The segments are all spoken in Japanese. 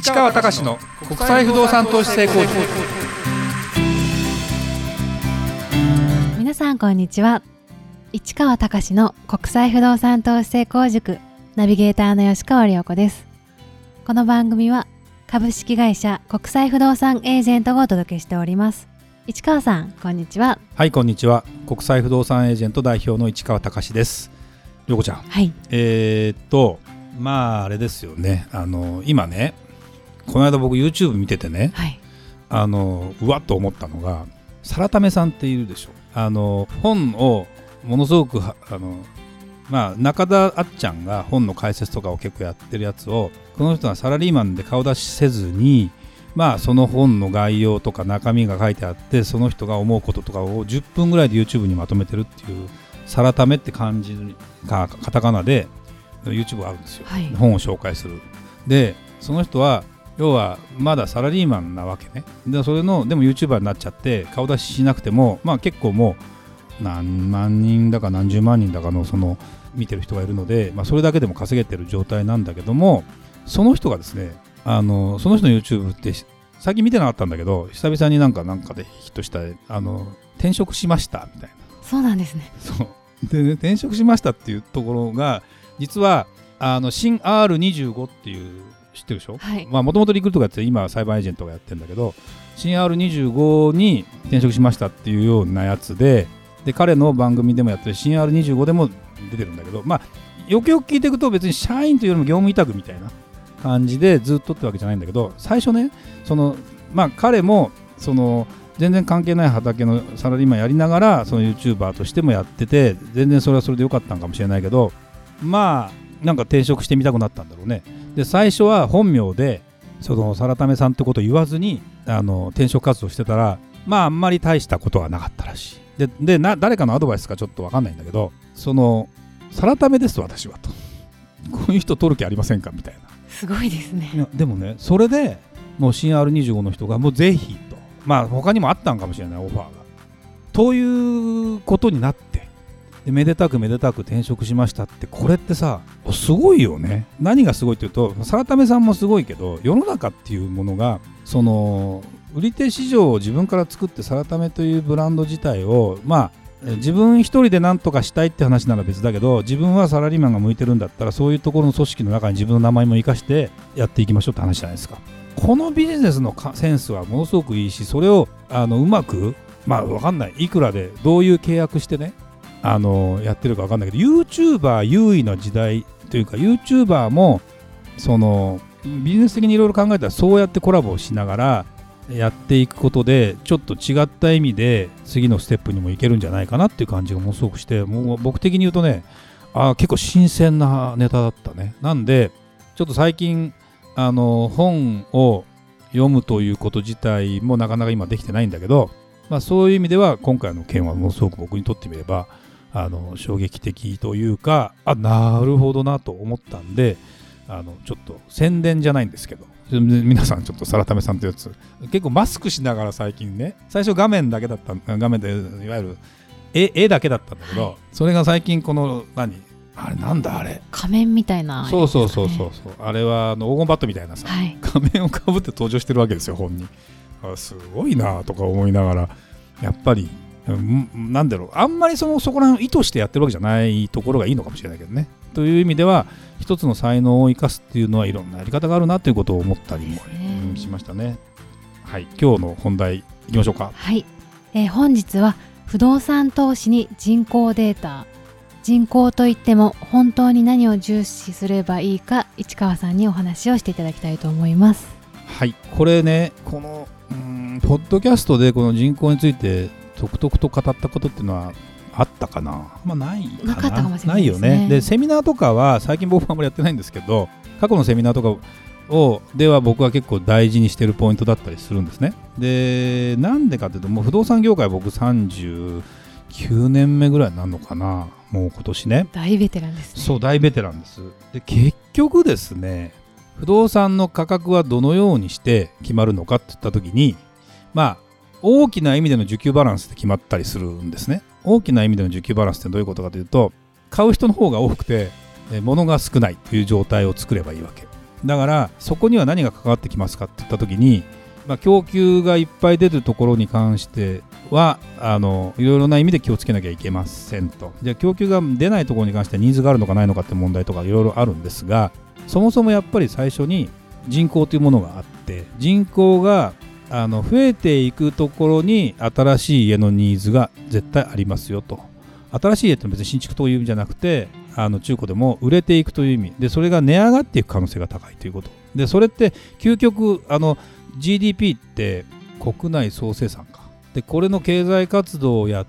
市川隆の国際不動産投資成功塾。 皆さんこんにちは。市川隆の国際不動産投資成功塾ナビゲーターの吉川良子です。この番組は株式会社国際不動産エージェントがお届けしております。市川さんこんにちは。 はい、こんにちは。国際不動産エージェント代表の市川隆です。良子ちゃん、 はい、 あれですよね。今ね、この間僕 YouTube 見ててね、 はい、 うわっと思ったのが、サラタメさんっているでしょ。本をものすごく中田あっちゃんが本の解説とかを結構やってるやつを、この人はサラリーマンで顔出しせずに、その本の概要とか中身が書いてあって、その人が思うこととかを10分ぐらいで YouTube にまとめてるっていう、サラタメって漢字がカタカナで YouTube があるんですよ、はい、本を紹介する。でその人は要はまだサラリーマンなわけね。でそれのでも YouTuber になっちゃって顔出ししなくても、結構もう何万人だか何十万人だかのその見てる人がいるので、それだけでも稼げてる状態なんだけども、その人がですね、その人の YouTube って最近見てなかったんだけど、久々になんかでヒットした転職しましたみたいな。 そうなんですね。 そうでね、転職しましたっていうところが実は新 R25 っていう知ってるでしょ。もともとリクルートがやって今は裁判エージェントがやってるんだけど、新 R25 に転職しましたっていうようなやつで彼の番組でもやってる新 R25 でも出てるんだけど、よくよく聞いていくと別に社員というよりも業務委託みたいな感じでずっとってわけじゃないんだけど、最初ね彼も全然関係ない畑のサラリーマンやりながらYouTuber としてもやってて、全然それはそれでよかったんかもしれないけど、転職してみたくなったんだろうね。で最初は本名でサラタメさんってことを言わずに転職活動してたら、あんまり大したことはなかったらしい。で誰かのアドバイスかちょっと分かんないんだけど、サラタメです私はと、こういう人取る気ありませんかみたいな。 すごいですね。 いやでもね、それでもう新 R25 の人がもうぜひと、他にもあったんかもしれないオファーがということになって、でめでたく転職しましたって、これってさすごいよね。何がすごいっていうと、サラタメさんもすごいけど、世の中っていうものが売り手市場を自分から作って、サラタメというブランド自体を自分一人で何とかしたいって話なら別だけど、自分はサラリーマンが向いてるんだったら、そういうところの組織の中に自分の名前も生かしてやっていきましょうって話じゃないですか。このビジネスのセンスはものすごくいいし、それをうまく分かんない、いくらでどういう契約してねやってるか分かんないけど、 YouTuber 優位な時代というか、 YouTuber もビジネス的にいろいろ考えたら、そうやってコラボをしながらやっていくことで、ちょっと違った意味で次のステップにもいけるんじゃないかなっていう感じがものすごくして、もう僕的に言うとね、結構新鮮なネタだったね。なんでちょっと最近本を読むということ自体もなかなか今できてないんだけど、そういう意味では今回の件はものすごく僕にとってみれば衝撃的というか、なるほどなと思ったんで、ちょっと宣伝じゃないんですけど、皆さんちょっとサラタメさんというやつ、結構マスクしながら最近ね、最初画面でいわゆる絵だけだったんだけど、それが最近なんだあれ、 仮面みたいな、 そう、あれは黄金バットみたいなさ、仮面をかぶって登場してるわけですよ、本に。すごいなとか思いながら、やっぱりなんだろう、あんまりそこら辺を意図してやってるわけじゃないところがいいのかもしれないけどね。という意味では、一つの才能を生かすっていうのはいろんなやり方があるなということを思ったりもしましたね。はい、今日の本題いきましょうか。 はい、本日は不動産投資に人口データ、人口といっても本当に何を重視すればいいか、市川さんにお話をしていただきたいと思います。 はい、これね、このポッドキャストでこの人口について続々と語ったことっていうのはあったかな。ないかな。 なかったかもしれなないですね。 よね。でセミナーとかは最近僕はあんまりやってないんですけど、過去のセミナーとかでは僕は結構大事にしてるポイントだったりするんですね。でなんでかというと、もう不動産業界僕39年目ぐらいになるのかな、もう今年ね。 大ベテランですね。 そう、大ベテランです。で結局ですね、不動産の価格はどのようにして決まるのかっていった時に、大きな意味での需給バランスで決まったりするんですね。大きな意味での需給バランスってどういうことかというと、買う人の方が多くて物が少ないという状態を作ればいいわけだからそこには何が関わってきますかって言った時に、供給がいっぱい出るところに関してはいろいろな意味で気をつけなきゃいけませんと。じゃあ供給が出ないところに関してニーズがあるのかないのかって問題とかいろいろあるんですが、そもそもやっぱり最初に人口というものがあって、人口が増えていくところに新しい家のニーズが絶対ありますよと。新しい家って別に新築という意味じゃなくて、中古でも売れていくという意味で、それが値上がっていく可能性が高いということで、それって究極GDP って国内総生産かで、これの経済活動をやって、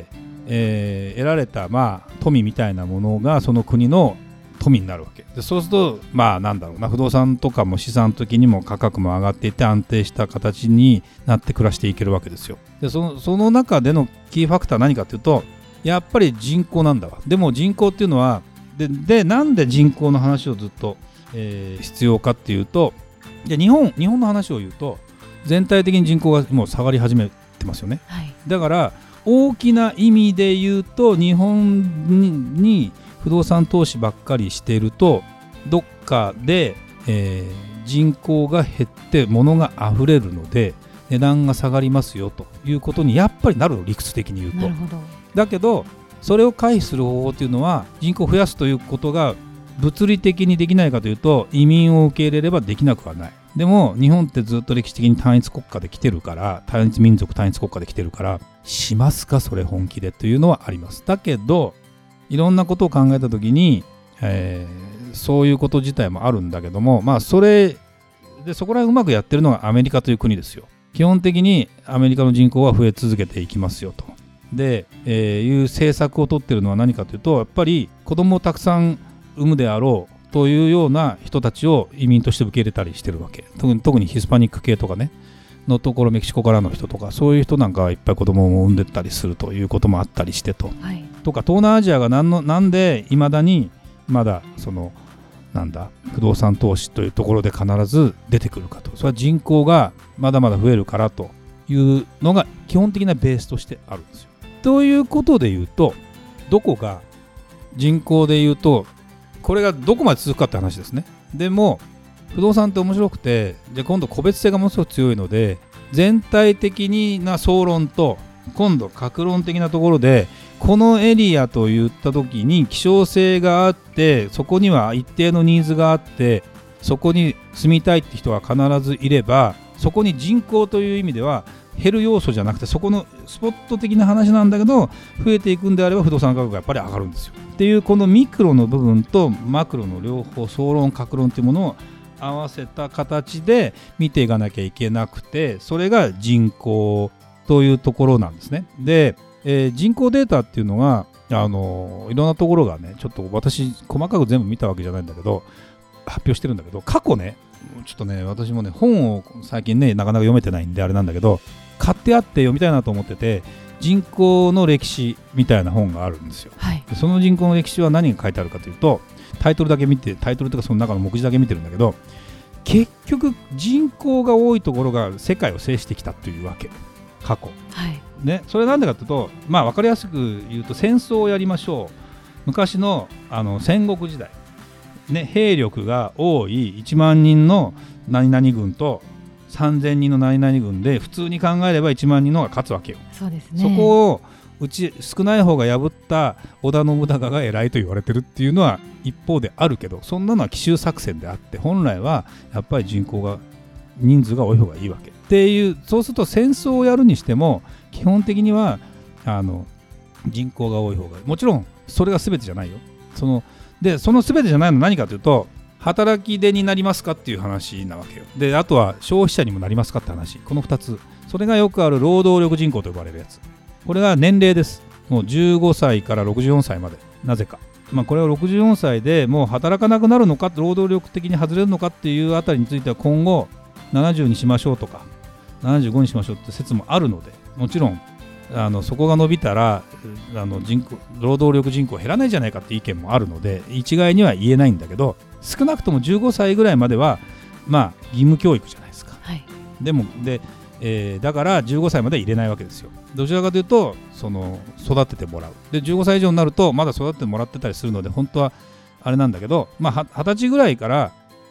得られた富みたいなものがその国の富になるわけで、そうすると不動産とかも資産的にも価格も上がっていって安定した形になって暮らしていけるわけですよ。でその中でのキーファクターは何かというと、やっぱり人口なんだわ。でも人口っていうのはでなんで人口の話をずっと、必要かっていうと、じゃ日本の話を言うと、全体的に人口がもう下がり始めてますよね、はい、だから大きな意味で言うと、日本に不動産投資ばっかりしていると、どっかで、人口が減って物が溢れるので値段が下がりますよということにやっぱりなるの、理屈的に言うと。 なるほど。 だけどそれを回避する方法というのは、人口を増やすということが物理的にできないかというと、移民を受け入れればできなくはない。でも日本ってずっと歴史的に単一国家で来てるから、単一民族単一国家で来てるから、しますかそれ本気でというのはあります。だけどいろんなことを考えた時に、そういうこと自体もあるんだけども、それでそこら辺うまくやってるのがアメリカという国ですよ。基本的にアメリカの人口は増え続けていきますよと。で、いう政策を取ってるのは何かというと、やっぱり子供をたくさん産むであろうというような人たちを移民として受け入れたりしてるわけ。特にヒスパニック系とかねのところ、メキシコからの人とか、そういう人なんかはいっぱい子供を産んでったりするということもあったりしてと、はい、とか東南アジアがなんでいまだにまだ不動産投資というところで必ず出てくるかと、それは人口がまだまだ増えるからというのが基本的なベースとしてあるんですよ。ということで言うと、どこが人口で言うとこれがどこまで続くかって話ですね。でも不動産って面白くて、じゃあ今度個別性がものすごく強いので、全体的な総論と今度各論的なところで、このエリアといった時に希少性があって、そこには一定のニーズがあって、そこに住みたいって人は必ずいれば、そこに人口という意味では減る要素じゃなくて、そこのスポット的な話なんだけど、増えていくんであれば不動産価格がやっぱり上がるんですよっていう、このミクロの部分とマクロの両方、総論各論というものを合わせた形で見ていかなきゃいけなくて、それが人口というところなんですね。で、人口データっていうのがいろんなところがね、ちょっと私細かく全部見たわけじゃないんだけど、発表してるんだけど、過去ね、ちょっとね、私もね本を最近ねなかなか読めてないんであれなんだけど、買ってあって読みたいなと思ってて、人口の歴史みたいな本があるんですよ、はい、その人口の歴史は何が書いてあるかというと、タイトルだけ見て、タイトルというかその中の目次だけ見てるんだけど、結局人口が多いところが世界を制してきたというわけ、過去、はいね、それなんでかというと、分かりやすく言うと、戦争をやりましょう。昔の戦国時代、ね、兵力が多い1万人の何々軍と3000人の何々軍で、普通に考えれば1万人の方が勝つわけよ。 そうですね。 そこを少ない方が破った織田信長が偉いと言われてるっていうのは一方であるけど、そんなのは奇襲作戦であって、本来はやっぱり人数が多い方がいいわけっていう。そうすると戦争をやるにしても基本的には人口が多い方がいい。もちろんそれが全てじゃないよ。その全てじゃないのは何かというと、働き手になりますかっていう話なわけよ。で、あとは消費者にもなりますかって話、この2つ。それがよくある労働力人口と呼ばれるやつ。これが年齢です。もう15歳から64歳まで。なぜか、これは64歳でもう働かなくなるのか、労働力的に外れるのかっていうあたりについては、今後70にしましょうとか75にしましょうって説もあるので、もちろんそこが伸びたら労働力人口減らないじゃないかって意見もあるので、一概には言えないんだけど、少なくとも15歳ぐらいまでは義務教育じゃないですか、はい、だから15歳までは入れないわけですよ。どちらかというと育ててもらう。で15歳以上になるとまだ育ててもらってたりするので、本当はあれなんだけど、20歳ぐらいから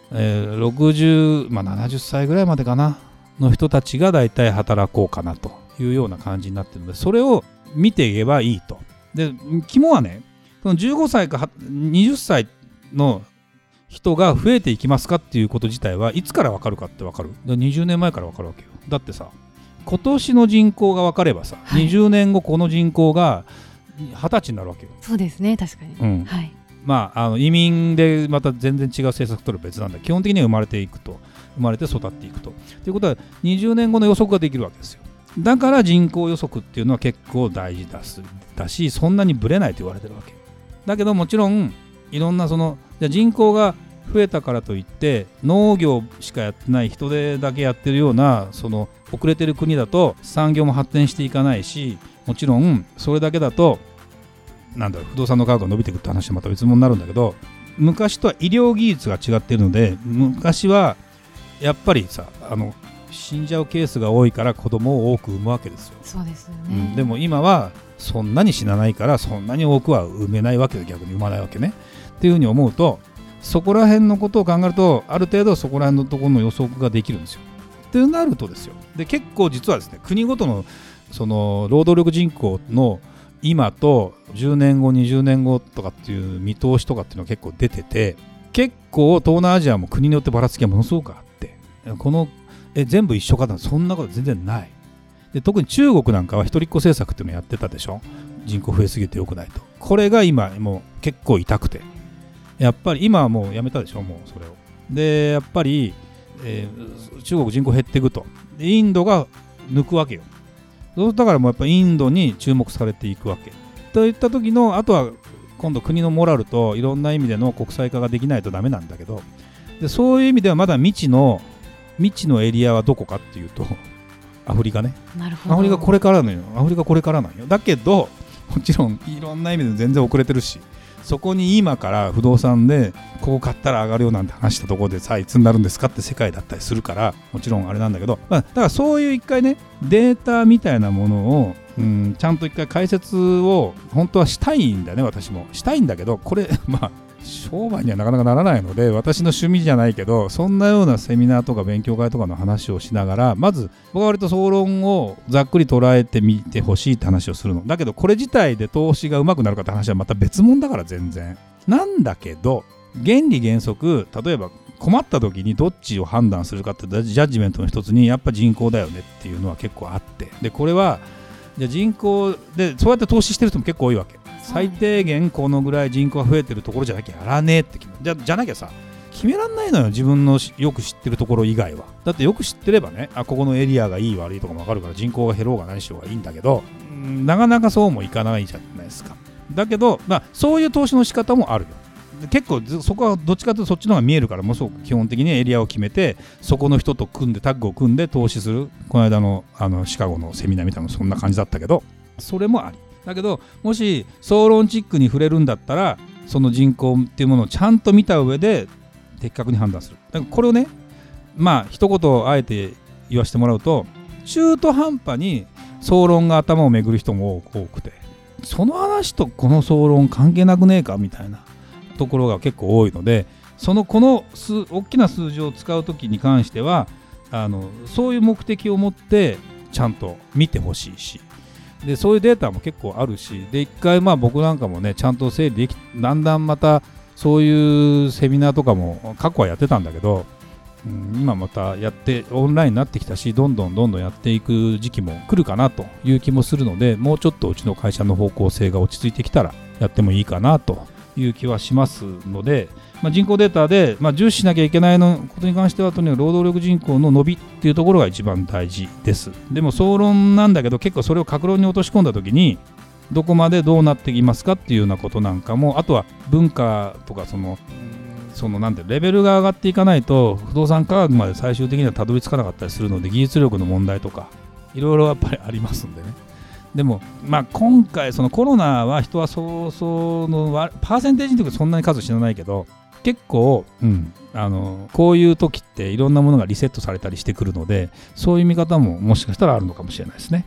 60、70歳ぐらいまでかなの人たちがだいたい働こうかなというような感じになってるので、それを見ていけばいいと。で肝はね、その15歳か20歳の人が増えていきますかっていうこと自体はいつから分かるかって分かる。20年前から分かるわけよ。だってさ、今年の人口が分かればさ、はい、20年後この人口が20歳になるわけよ。 そうですね、確かに、はい、 移民でまた全然違う政策取る別なんだ。基本的には生まれて育っていくということは20年後の予測ができるわけですよ。だから人口予測っていうのは結構大事だし、そんなにブレないと言われてるわけだけど、もちろんいろんなじゃあ人口が増えたからといって農業しかやってない人手だけやってるような遅れてる国だと産業も発展していかないし、もちろんそれだけだと不動産の価格が伸びていくって話はまた別物になるんだけど、昔とは医療技術が違っているので、昔はやっぱりさ死んじゃうケースが多いから子供を多く産むわけですよ。 そうですよね、 でも今はそんなに死なないからそんなに多くは産めないわけで、逆に産まないわけねっていうふうに思うと、そこら辺のことを考えるとある程度そこら辺のところの予測ができるんですよ。ってなるとですよ、で結構実はですね、国ごとの労働力人口の今と10年後20年後とかっていう見通しとかっていうのが結構出てて、結構東南アジアも国によってばらつきがものすごくあって、全部一緒かな、そんなこと全然ない。で特に中国なんかは一人っ子政策っていうのをやってたでしょ。人口増えすぎてよくないと。これが今もう結構痛くて、やっぱり今はもうやめたでしょ、もうそれを。でやっぱり、中国人口減っていくと。でインドが抜くわけよ。だからもうやっぱインドに注目されていくわけといった時の、あとは今度国のモラルといろんな意味での国際化ができないとダメなんだけど、でそういう意味ではまだ未知のエリアはどこかっていうとアフリカね。 なるほど。 アフリカこれからなんよ。だけどもちろんいろんな意味で全然遅れてるし、そこに今から不動産でここ買ったら上がるよなんて話したところでさあいつになるんですかって世界だったりするから、もちろんあれなんだけど、だからそういう一回ねデータみたいなものをちゃんと一回解説を本当はしたいんだよね。私もしたいんだけど、これ商売にはなかなかならないので、私の趣味じゃないけど、そんなようなセミナーとか勉強会とかの話をしながら、まず僕は割と総論をざっくり捉えてみてほしいって話をするのだけど、これ自体で投資がうまくなるかって話はまた別物だから全然なんだけど、原理原則、例えば困った時にどっちを判断するかってジャッジメントの一つにやっぱ人口だよねっていうのは結構あって、でこれはじゃ人口でそうやって投資してる人も結構多いわけ。最低限このぐらい人口が増えてるところじゃなきゃやらねえってじゃなきゃさ決めらんないのよ、自分のよく知ってるところ以外は。だってよく知ってればね、ここのエリアがいい悪いとかも分かるから、人口が減ろうが何しようがいいんだけど、なかなかそうもいかないじゃないですか。だけど、そういう投資の仕方もあるよ。結構そこはどっちかというとそっちの方が見えるから、もうすごく基本的にエリアを決めてそこの人とタッグを組んで投資する。この間のシカゴのセミナーみたいなのそんな感じだったけど、それもありだけど、もし総論チックに触れるんだったら、その人口っていうものをちゃんと見た上で的確に判断する。だからこれをね、一言あえて言わせてもらうと、中途半端に総論が頭を巡る人も多くて、その話とこの総論関係なくねえかみたいなところが結構多いので、この大きな数字を使うときに関してはそういう目的を持ってちゃんと見てほしいし、でそういうデータも結構あるし、で一回僕なんかもねちゃんと整理でき、だんだんまたそういうセミナーとかも過去はやってたんだけど、今またやってオンラインになってきたし、どんどんやっていく時期も来るかなという気もするので、もうちょっとうちの会社の方向性が落ち着いてきたらやってもいいかなという気はしますので、人口データで、重視しなきゃいけないことに関しては、とにかく労働力人口の伸びっていうところが一番大事です。でも総論なんだけど、結構それを各論に落とし込んだときにどこまでどうなってきますかっていうようなことなんかも、あとは文化とかなんてレベルが上がっていかないと不動産価格まで最終的にはたどり着かなかったりするので、技術力の問題とかいろいろやっぱりありますんでね。でも今回コロナは人はそうのパーセンテージの時はそんなに数知らないけど、結構、こういう時っていろんなものがリセットされたりしてくるので、そういう見方ももしかしたらあるのかもしれないですね。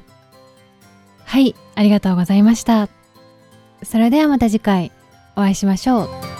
はい、ありがとうございました。それではまた次回お会いしましょう。